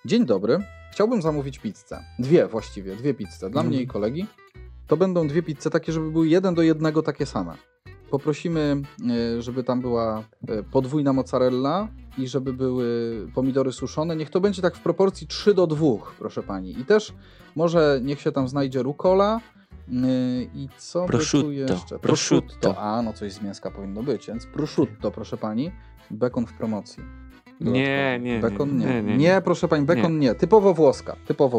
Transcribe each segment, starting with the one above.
Dzień dobry, chciałbym zamówić pizzę. Dwie pizze, dla mnie i kolegi. To będą dwie pizze takie, żeby były 1 do 1 takie same. Poprosimy, żeby tam była podwójna mozzarella i żeby były pomidory suszone. Niech to będzie tak w proporcji 3 do 2, proszę pani. I też może niech się tam znajdzie rucola i co prosciutto. by tu jeszcze? Prosciutto. A, no coś z mięska powinno być, więc prosciutto, proszę pani. Bekon w promocji. Nie. Bekon nie. Nie, proszę pani, bekon nie. Typowo włoska.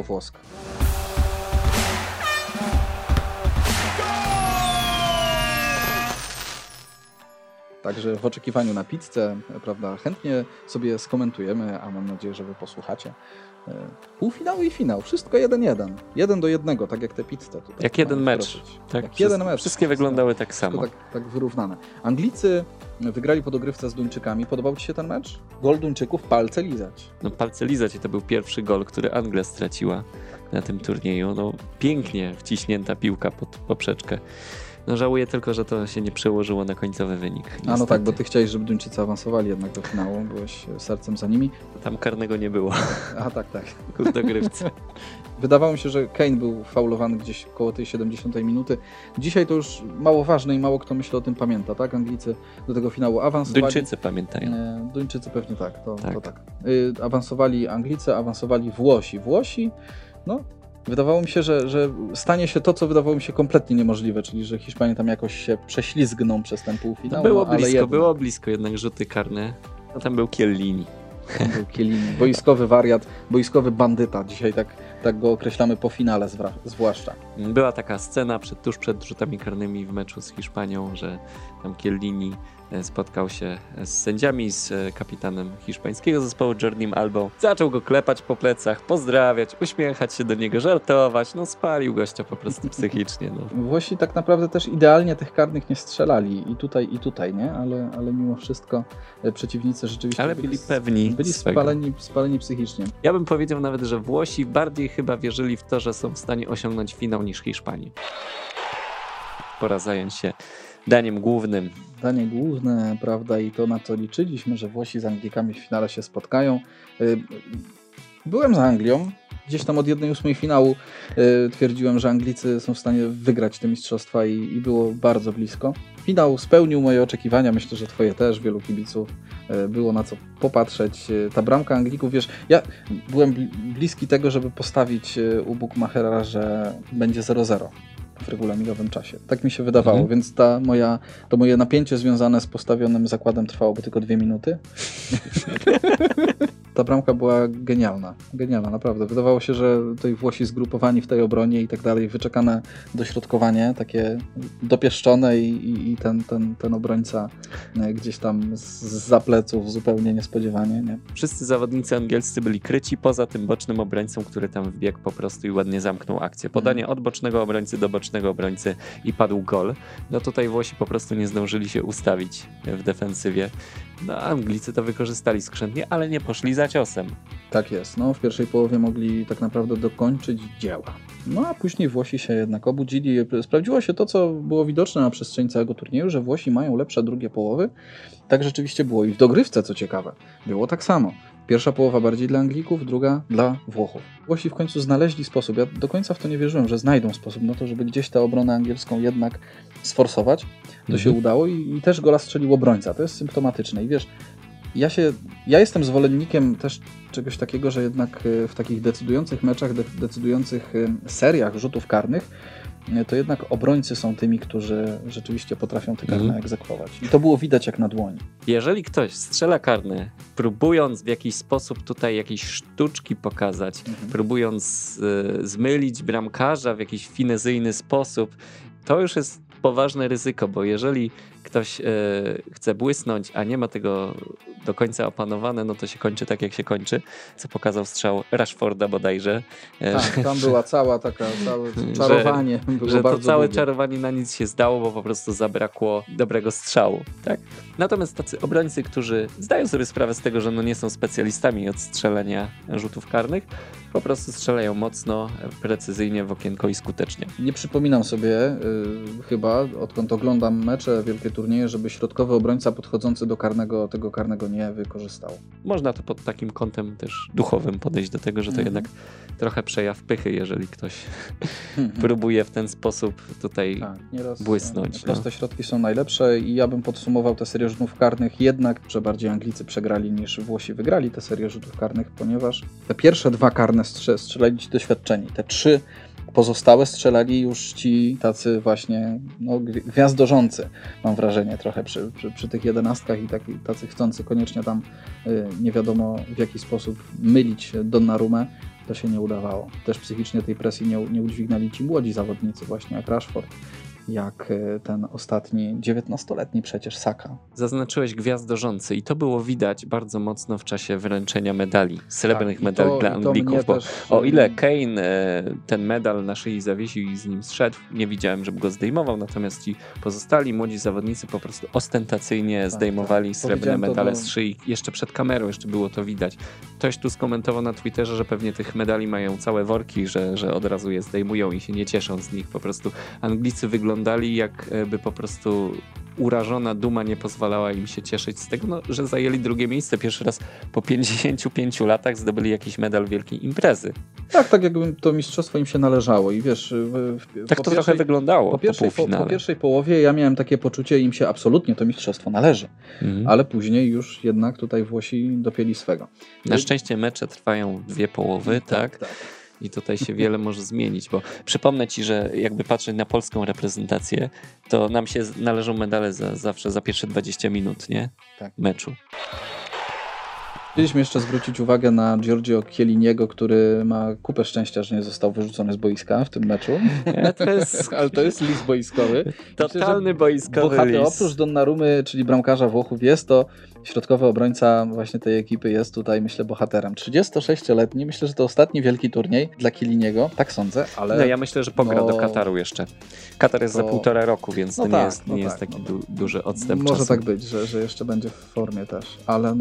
Także w oczekiwaniu na pizzę, prawda, chętnie sobie skomentujemy, a mam nadzieję, że wy posłuchacie. Półfinał i finał, wszystko 1-1. 1 do 1, tak jak te pizze tutaj. Jak jeden mecz. Tak, jak jeden mecz. Wszystkie wyglądały tak samo. Tak wyrównane. Anglicy wygrali po dogrywce z Duńczykami. Podobał ci się ten mecz? Gol Duńczyków, palce lizać. No palce lizać i to był pierwszy gol, który Anglia straciła na tym turnieju. No pięknie wciśnięta piłka pod poprzeczkę. No żałuję tylko, że to się nie przełożyło na końcowy wynik. Niestety. A no tak, bo ty chciałeś, żeby Duńczycy awansowali jednak do finału, byłeś sercem za nimi. Tam karnego nie było. A tak. W dogrywce. Wydawało mi się, że Kane był faulowany gdzieś koło tej 70 minuty. Dzisiaj to już mało ważne i mało kto myślę o tym pamięta, tak? Anglicy do tego finału awansowali. Duńczycy pamiętają. Duńczycy pewnie tak, to tak. Awansowali Anglicy, awansowali Włosi, no wydawało mi się, że stanie się to, co wydawało mi się kompletnie niemożliwe, czyli że Hiszpanie tam jakoś się prześlizgną przez ten półfinał. Było blisko jednak rzuty karne. No tam był Chiellini. Boiskowy wariat, boiskowy bandyta. Dzisiaj tak go określamy po finale zwłaszcza. Była taka scena tuż przed rzutami karnymi w meczu z Hiszpanią, że tam Chiellini spotkał się z sędziami, z kapitanem hiszpańskiego zespołu Jordim Albą. Zaczął go klepać po plecach, pozdrawiać, uśmiechać się do niego, żartować. No spalił gościa po prostu psychicznie. No. Włosi tak naprawdę też idealnie tych karnych nie strzelali. I tutaj, nie? Ale mimo wszystko przeciwnicy rzeczywiście byli pewni. Byli spaleni psychicznie. Ja bym powiedział nawet, że Włosi bardziej chyba wierzyli w to, że są w stanie osiągnąć finał niż Hiszpanii. Pora zająć się daniem głównym. Danie główne, prawda, i to na co liczyliśmy, że Włosi z Anglikami w finale się spotkają. Byłem za Anglią. Gdzieś tam od 1/8 finału twierdziłem, że Anglicy są w stanie wygrać te mistrzostwa i było bardzo blisko. Finał spełnił moje oczekiwania, myślę, że twoje też, wielu kibiców. Było na co popatrzeć. Ta bramka Anglików, wiesz, ja byłem bliski tego, żeby postawić u Bookmachera, że będzie 0-0 w regulaminowym czasie. Tak mi się wydawało, więc to moje napięcie związane z postawionym zakładem trwałoby tylko 2 minuty. Ta bramka była genialna, naprawdę. Wydawało się, że tutaj Włosi zgrupowani w tej obronie i tak dalej, wyczekane dośrodkowanie, takie dopieszczone i ten obrońca gdzieś tam zza pleców zupełnie niespodziewanie. Nie? Wszyscy zawodnicy angielscy byli kryci, poza tym bocznym obrońcą, który tam wbiegł po prostu i ładnie zamknął akcję. Podanie od bocznego obrońcy do bocznego obrońcy i padł gol. No tutaj Włosi po prostu nie zdążyli się ustawić w defensywie. No Anglicy to wykorzystali skrzętnie, ale nie poszli za ciosem. Tak jest. No w pierwszej połowie mogli tak naprawdę dokończyć dzieła. No a później Włosi się jednak obudzili. Sprawdziło się to, co było widoczne na przestrzeni całego turnieju, że Włosi mają lepsze drugie połowy. Tak rzeczywiście było. I w dogrywce, co ciekawe, było tak samo. Pierwsza połowa bardziej dla Anglików, druga dla Włochów. Włosi w końcu znaleźli sposób. Ja do końca w to nie wierzyłem, że znajdą sposób na to, żeby gdzieś tę obronę angielską jednak sforsować. To się udało i też gola strzelił obrońca. To jest symptomatyczne. I wiesz, ja jestem zwolennikiem też czegoś takiego, że jednak w takich decydujących meczach, decydujących seriach rzutów karnych, to jednak obrońcy są tymi, którzy rzeczywiście potrafią te karne egzekwować. I to było widać jak na dłoni. Jeżeli ktoś strzela karny, próbując w jakiś sposób tutaj jakieś sztuczki pokazać, próbując zmylić bramkarza w jakiś finezyjny sposób, to już jest poważne ryzyko, bo jeżeli ktoś chce błysnąć, a nie ma tego do końca opanowane, no to się kończy tak, jak się kończy, co pokazał strzał Rashforda bodajże. Tak, tam była całe czarowanie. Że to całe czarowanie na nic się zdało, bo po prostu zabrakło dobrego strzału. Tak? Natomiast tacy obrońcy, którzy zdają sobie sprawę z tego, że no nie są specjalistami od strzelania rzutów karnych, po prostu strzelają mocno, precyzyjnie w okienko i skutecznie. Nie przypominam sobie chyba, odkąd oglądam mecze wielkie turnieje, żeby środkowy obrońca podchodzący do tego karnego nie wykorzystał. Można to pod takim kątem też duchowym podejść do tego, że to jednak trochę przejaw pychy, jeżeli ktoś próbuje w ten sposób tutaj błysnąć. Proste środki są najlepsze i ja bym podsumował tę serię rzutów karnych jednak, że bardziej Anglicy przegrali niż Włosi wygrali tę serię rzutów karnych, ponieważ te pierwsze 2 karne strzelali ci doświadczeni. Te 3 pozostałe strzelali już ci tacy właśnie gwiazdorzący, mam wrażenie trochę przy tych 11 i tacy chcący koniecznie tam nie wiadomo w jaki sposób mylić Donnarumę, to się nie udawało. Też psychicznie tej presji nie udźwignęli ci młodzi zawodnicy właśnie jak Rashford, jak ten ostatni 19-letni przecież Saka. Zaznaczyłeś gwiazdorzący i to było widać bardzo mocno w czasie wręczenia medali, srebrnych medali dla Anglików, bo o ile Kane ten medal na szyi zawiesił i z nim zszedł, nie widziałem, żeby go zdejmował, natomiast ci pozostali młodzi zawodnicy po prostu ostentacyjnie zdejmowali srebrne medale z szyi. Jeszcze przed kamerą jeszcze było to widać. Ktoś tu skomentował na Twitterze, że pewnie tych medali mają całe worki, że od razu je zdejmują i się nie cieszą z nich. Po prostu Anglicy wyglądali jakby po prostu urażona duma nie pozwalała im się cieszyć z tego, że zajęli drugie miejsce. Pierwszy raz po 55 latach zdobyli jakiś medal wielkiej imprezy. Tak jakby to mistrzostwo im się należało i wiesz... Tak to trochę wyglądało po pierwszej połowie ja miałem takie poczucie, im się absolutnie to mistrzostwo należy, ale później już jednak tutaj Włosi dopięli swego. Na szczęście mecze trwają 2 połowy, tak? I tutaj się wiele może zmienić, bo przypomnę ci, że jakby patrzeć na polską reprezentację, to nam się należą medale zawsze za pierwsze 20 minut, nie? Meczu. Chcieliśmy jeszcze zwrócić uwagę na Giorgio Chielliniego, który ma kupę szczęścia, że nie został wyrzucony z boiska w tym meczu. Ale to jest lis boiskowy. Totalny boiskowy lis. Oprócz Donnarumy, czyli bramkarza Włochów, jest to środkowy obrońca właśnie tej ekipy, jest tutaj, myślę, bohaterem. 36-letni, myślę, że to ostatni wielki turniej dla Chielliniego, tak sądzę, ale... No ja myślę, że pogra do Kataru jeszcze. Katar jest za 1,5 roku, więc to nie jest taki duży odstęp czasu. Może tak być, że jeszcze będzie w formie też, ale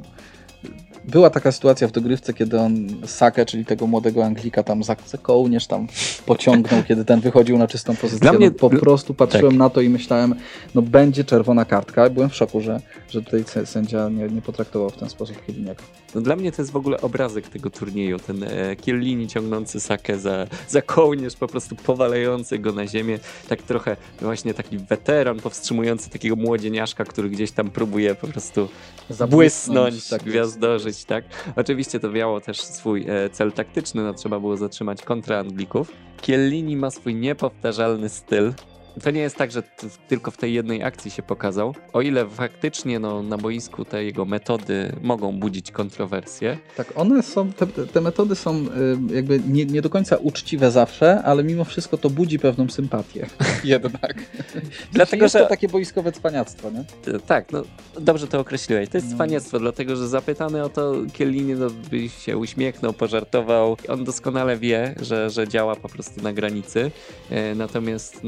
była taka sytuacja w dogrywce, kiedy on Sakę, czyli tego młodego Anglika tam za kołnierz tam pociągnął, kiedy ten wychodził na czystą pozycję. Dla mnie... po prostu patrzyłem na to i myślałem, będzie czerwona kartka. Byłem w szoku, że tutaj sędzia nie potraktował w ten sposób Chielliniego. Dla mnie to jest w ogóle obrazek tego turnieju. Ten Chiellini ciągnący Sakę za kołnierz, po prostu powalający go na ziemię. Tak trochę właśnie taki weteran powstrzymujący takiego młodzieniaszka, który gdzieś tam próbuje po prostu błysnąć, gwiazdożyć. Tak? Oczywiście to miało też swój cel taktyczny, trzeba było zatrzymać kontrę Anglików. Chiellini ma swój niepowtarzalny styl. To nie jest tak, że tylko w tej jednej akcji się pokazał. O ile faktycznie na boisku te jego metody mogą budzić kontrowersje. Tak, one są, te metody są jakby nie do końca uczciwe zawsze, ale mimo wszystko to budzi pewną sympatię. Jednak. Dlatego, jest to takie boiskowe cwaniactwo, nie? Tak, dobrze to określiłeś. To jest cwaniactwo, dlatego że zapytany o to Chiellini by się uśmiechnął, pożartował. On doskonale wie, że działa po prostu na granicy. Natomiast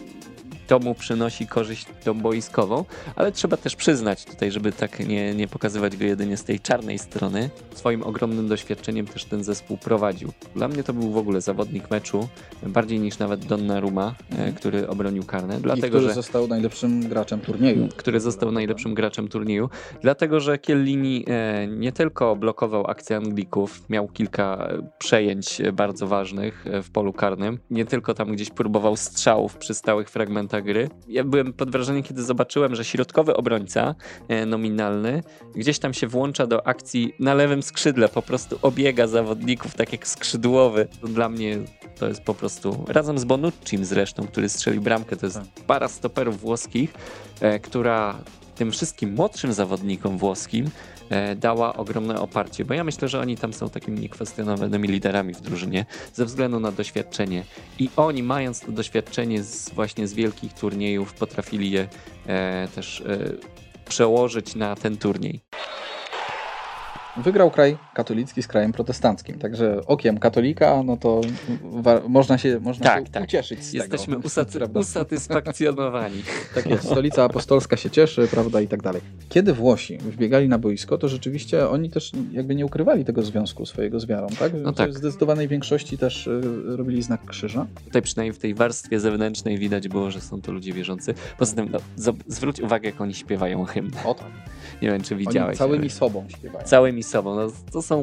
to mu przynosi korzyść tą boiskową, ale trzeba też przyznać tutaj, żeby tak nie pokazywać go jedynie z tej czarnej strony. Swoim ogromnym doświadczeniem też ten zespół prowadził. Dla mnie to był w ogóle zawodnik meczu, bardziej niż nawet Donnarumma, który obronił karne. Który został najlepszym graczem turnieju. Najlepszym graczem turnieju, dlatego że Chiellini nie tylko blokował akcję Anglików, miał kilka przejęć bardzo ważnych w polu karnym, nie tylko tam gdzieś próbował strzałów przy stałych fragmentach gry. Ja byłem pod wrażeniem, kiedy zobaczyłem, że środkowy obrońca nominalny gdzieś tam się włącza do akcji na lewym skrzydle, po prostu obiega zawodników tak jak skrzydłowy. Dla mnie to jest po prostu, razem z Bonuccim zresztą, który strzelił bramkę, to jest para stoperów włoskich, która tym wszystkim młodszym zawodnikom włoskim dała ogromne oparcie, bo ja myślę, że oni tam są takimi niekwestionowanymi liderami w drużynie ze względu na doświadczenie i oni, mając to doświadczenie właśnie z wielkich turniejów, potrafili je też przełożyć na ten turniej. Wygrał kraj katolicki z krajem protestanckim, także okiem katolika, no to można się ucieszyć z Jesteśmy tego. usatysfakcjonowani. Tak jest, stolica apostolska się cieszy, prawda, i tak dalej. Kiedy Włosi wbiegali na boisko, to rzeczywiście oni też jakby nie ukrywali tego związku swojego z wiarą, tak? No tak. W zdecydowanej większości też robili znak krzyża. Tutaj przynajmniej w tej warstwie zewnętrznej widać było, że są to ludzie wierzący. Poza tym zwróć uwagę, jak oni śpiewają hymn. O tak. Nie wiem, czy widziałeś. Oni całymi sobą śpiewają. Całymi sobą. No,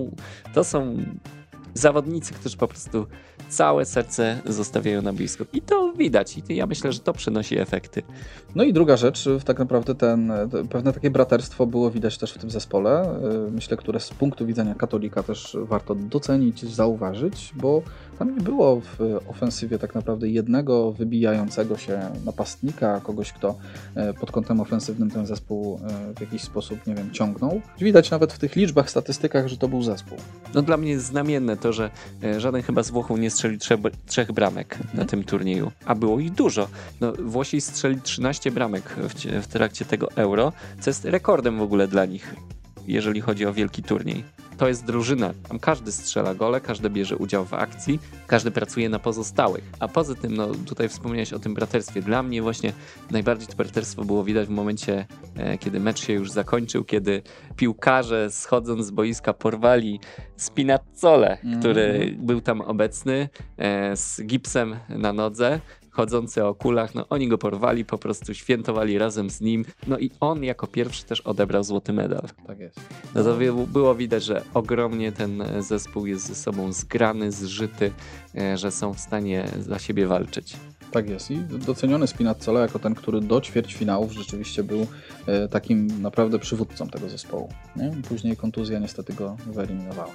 to są zawodnicy, którzy po prostu całe serce zostawiają na boisku. I to widać. I ja myślę, że to przynosi efekty. No i druga rzecz, tak naprawdę pewne takie braterstwo było widać też w tym zespole. Myślę, które z punktu widzenia katolika też warto docenić, zauważyć, bo tam nie było w ofensywie tak naprawdę jednego wybijającego się napastnika, kogoś, kto pod kątem ofensywnym ten zespół w jakiś sposób, nie wiem, ciągnął. Widać nawet w tych liczbach, statystykach, że to był zespół. No dla mnie jest znamienne to, że żaden chyba z Włochów nie strzelił trzech bramek na tym turnieju, a było ich dużo. No, Włosi strzeli 13 bramek w trakcie tego Euro, co jest rekordem w ogóle dla nich, jeżeli chodzi o wielki turniej. To jest drużyna. Tam każdy strzela gole, każdy bierze udział w akcji, każdy pracuje na pozostałych. A poza tym, no tutaj wspomniałeś o tym braterstwie. Dla mnie właśnie najbardziej to braterstwo było widać w momencie, kiedy mecz się już zakończył, kiedy piłkarze schodząc z boiska porwali Spinazzolę, który był tam obecny z gipsem na nodze, chodzący o kulach, no oni go porwali, po prostu świętowali razem z nim, no i on jako pierwszy też odebrał złoty medal. Tak jest. No to było widać, że ogromnie ten zespół jest ze sobą zgrany, zżyty, że są w stanie za siebie walczyć. Tak jest i doceniony Spinazzola jako ten, który do ćwierćfinałów rzeczywiście był takim naprawdę przywódcą tego zespołu. Nie? Później kontuzja niestety go wyeliminowała.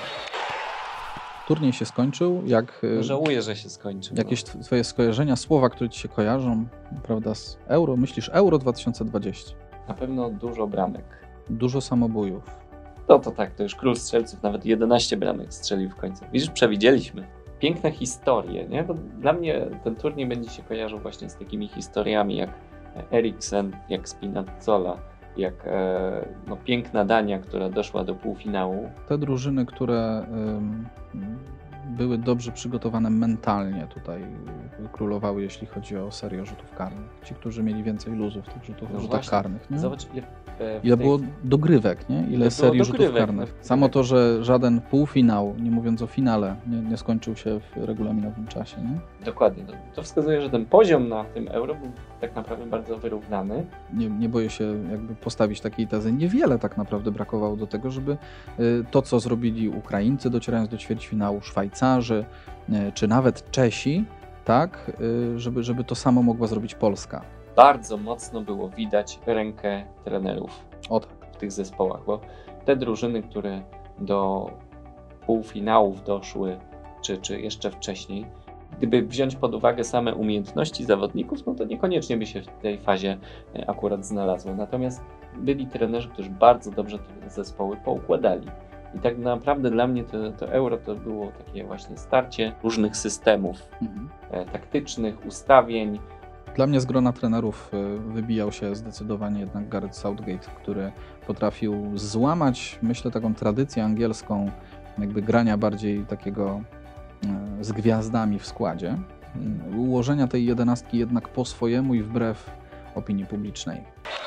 Turniej się skończył, Żałuję, że się skończył. Jakieś twoje skojarzenia, słowa, które ci się kojarzą, prawda, z Euro? Myślisz Euro 2020? Na pewno dużo bramek. Dużo samobójów. To tak, to już król strzelców nawet 11 bramek strzelił w końcu. Widzisz, przewidzieliśmy. Piękne historie, nie? Bo dla mnie ten turniej będzie się kojarzył właśnie z takimi historiami jak Eriksen, jak Spinazzola, jak piękna Dania, która doszła do półfinału. Te drużyny, które były dobrze przygotowane mentalnie tutaj królowały, jeśli chodzi o serię rzutów karnych. Ci, którzy mieli więcej luzu w tych rzutach karnych. Nie? Zobacz, ile było dogrywek, nie? Ile serii rzutów karnych. Samo to, że żaden półfinał, nie mówiąc o finale, nie skończył się w regulaminowym czasie. Nie? Dokładnie. To wskazuje, że ten poziom na tym Euro był tak naprawdę bardzo wyrównany. Nie boję się jakby postawić takiej tezy. Niewiele tak naprawdę brakowało do tego, żeby to, co zrobili Ukraińcy, docierając do ćwierćfinału, Szwajcarzy, czy nawet Czesi, tak, żeby to samo mogła zrobić Polska. Bardzo mocno było widać rękę trenerów w tych zespołach, bo te drużyny, które do półfinałów doszły, czy jeszcze wcześniej, gdyby wziąć pod uwagę same umiejętności zawodników, no to niekoniecznie by się w tej fazie akurat znalazły. Natomiast byli trenerzy, którzy bardzo dobrze te zespoły poukładali. I tak naprawdę dla mnie to Euro to było takie właśnie starcie różnych systemów taktycznych, ustawień. Dla mnie z grona trenerów wybijał się zdecydowanie jednak Gareth Southgate, który potrafił złamać, myślę, taką tradycję angielską, jakby grania bardziej takiego z gwiazdami w składzie. Ułożenia tej 11 jednak po swojemu i wbrew opinii publicznej.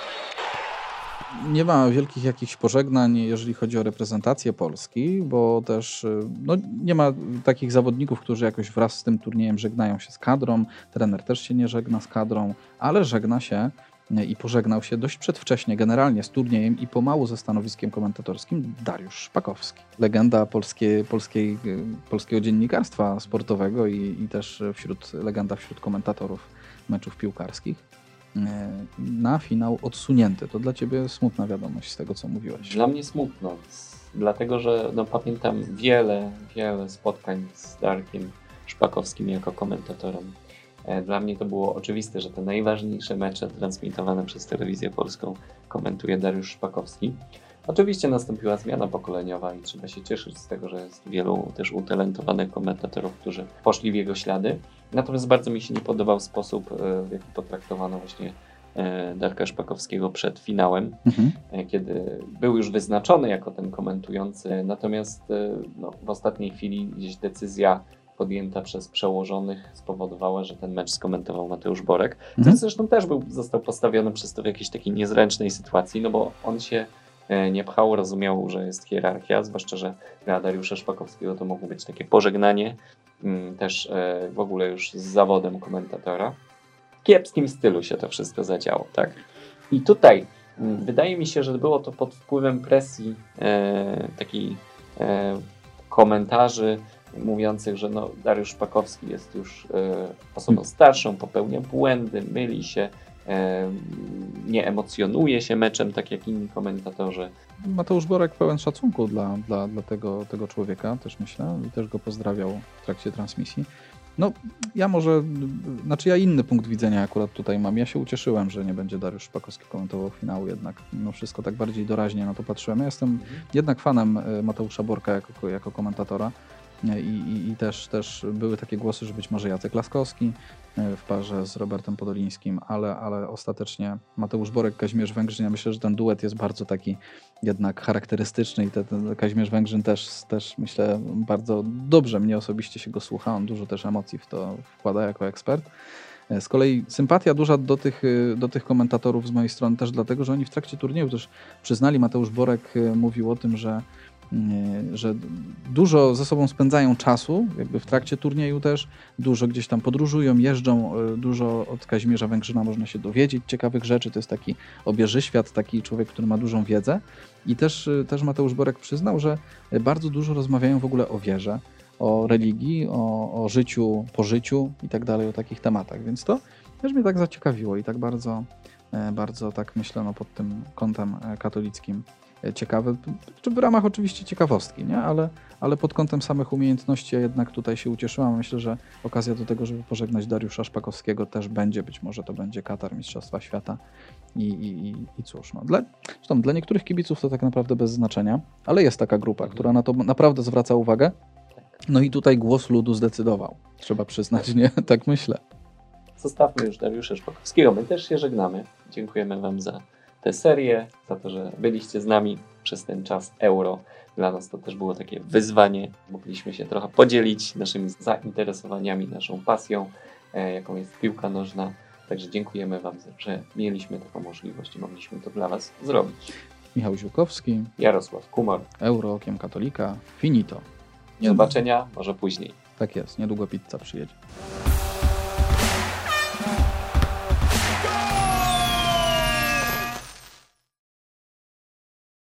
Nie ma wielkich jakichś pożegnań, jeżeli chodzi o reprezentację Polski, bo też nie ma takich zawodników, którzy jakoś wraz z tym turniejem żegnają się z kadrą. Trener też się nie żegna z kadrą, ale żegna się i pożegnał się dość przedwcześnie generalnie z turniejem i pomału ze stanowiskiem komentatorskim Dariusz Szpakowski. Legenda polskiego dziennikarstwa sportowego i też legenda wśród komentatorów meczów piłkarskich. Na finał odsunięty. To dla ciebie smutna wiadomość z tego, co mówiłeś. Dla mnie smutno, dlatego że pamiętam wiele spotkań z Darkiem Szpakowskim jako komentatorem. Dla mnie to było oczywiste, że te najważniejsze mecze transmitowane przez Telewizję Polską komentuje Dariusz Szpakowski. Oczywiście nastąpiła zmiana pokoleniowa i trzeba się cieszyć z tego, że jest wielu też utalentowanych komentatorów, którzy poszli w jego ślady. Natomiast bardzo mi się nie podobał sposób, w jaki potraktowano właśnie Darka Szpakowskiego przed finałem, kiedy był już wyznaczony jako ten komentujący, natomiast w ostatniej chwili gdzieś decyzja podjęta przez przełożonych spowodowała, że ten mecz skomentował Mateusz Borek. Który zresztą też został postawiony przez to w jakiejś takiej niezręcznej sytuacji, no bo on się nie pchał, rozumiał, że jest hierarchia, zwłaszcza, że dla Dariusza Szpakowskiego to mogło być takie pożegnanie, też w ogóle już z zawodem komentatora. W kiepskim stylu się to wszystko zadziało, tak? I tutaj wydaje mi się, że było to pod wpływem presji takiej komentarzy mówiących, że Dariusz Szpakowski jest już osobą starszą, popełnia błędy, myli się, nie emocjonuje się meczem, tak jak inni komentatorzy. Mateusz Borek pełen szacunku dla tego człowieka, też myślę, i też go pozdrawiał w trakcie transmisji. Ja inny punkt widzenia akurat tutaj mam. Ja się ucieszyłem, że nie będzie Dariusz Szpakowski komentował finału, jednak mimo wszystko tak bardziej doraźnie na to patrzyłem. Ja jestem jednak fanem Mateusza Borka jako komentatora. I też były takie głosy, że być może Jacek Laskowski w parze z Robertem Podolińskim, ale ostatecznie Mateusz Borek, Kazimierz Węgrzyn. Ja myślę, że ten duet jest bardzo taki jednak charakterystyczny i ten Kazimierz Węgrzyn też myślę bardzo dobrze. Mnie osobiście się go słucha, on dużo też emocji w to wkłada jako ekspert. Z kolei sympatia duża do tych komentatorów z mojej strony też dlatego, że oni w trakcie turnieju też przyznali, Mateusz Borek mówił o tym, że dużo ze sobą spędzają czasu, jakby w trakcie turnieju też, dużo gdzieś tam podróżują, jeżdżą, dużo od Kazimierza Węgrzyna można się dowiedzieć ciekawych rzeczy, to jest taki obieżyświat, taki człowiek, który ma dużą wiedzę i też Mateusz Borek przyznał, że bardzo dużo rozmawiają w ogóle o wierze, o religii, o życiu po życiu i tak dalej, o takich tematach, więc to też mnie tak zaciekawiło i tak bardzo tak myślę pod tym kątem katolickim ciekawe, czy w ramach oczywiście ciekawostki, nie? Ale pod kątem samych umiejętności ja jednak tutaj się ucieszyłam. Myślę, że okazja do tego, żeby pożegnać Dariusza Szpakowskiego też będzie, być może to będzie Katar, Mistrzostwa Świata i cóż. Zresztą dla niektórych kibiców to tak naprawdę bez znaczenia, ale jest taka grupa, która na to naprawdę zwraca uwagę. No i tutaj głos ludu zdecydował. Trzeba przyznać, nie? Tak myślę. Zostawmy już Dariusza Szpakowskiego. My też się żegnamy. Dziękujemy Wam za tę serię, za to, że byliście z nami przez ten czas Euro. Dla nas to też było takie wyzwanie. Mogliśmy się trochę podzielić naszymi zainteresowaniami, naszą pasją, jaką jest piłka nożna. Także dziękujemy Wam, że mieliśmy taką możliwość i mogliśmy to dla Was zrobić. Michał Ziółkowski, Jarosław Kumor, Euro Okiem Katolika, finito. Do zobaczenia, może później. Tak jest, niedługo pizza przyjedzie.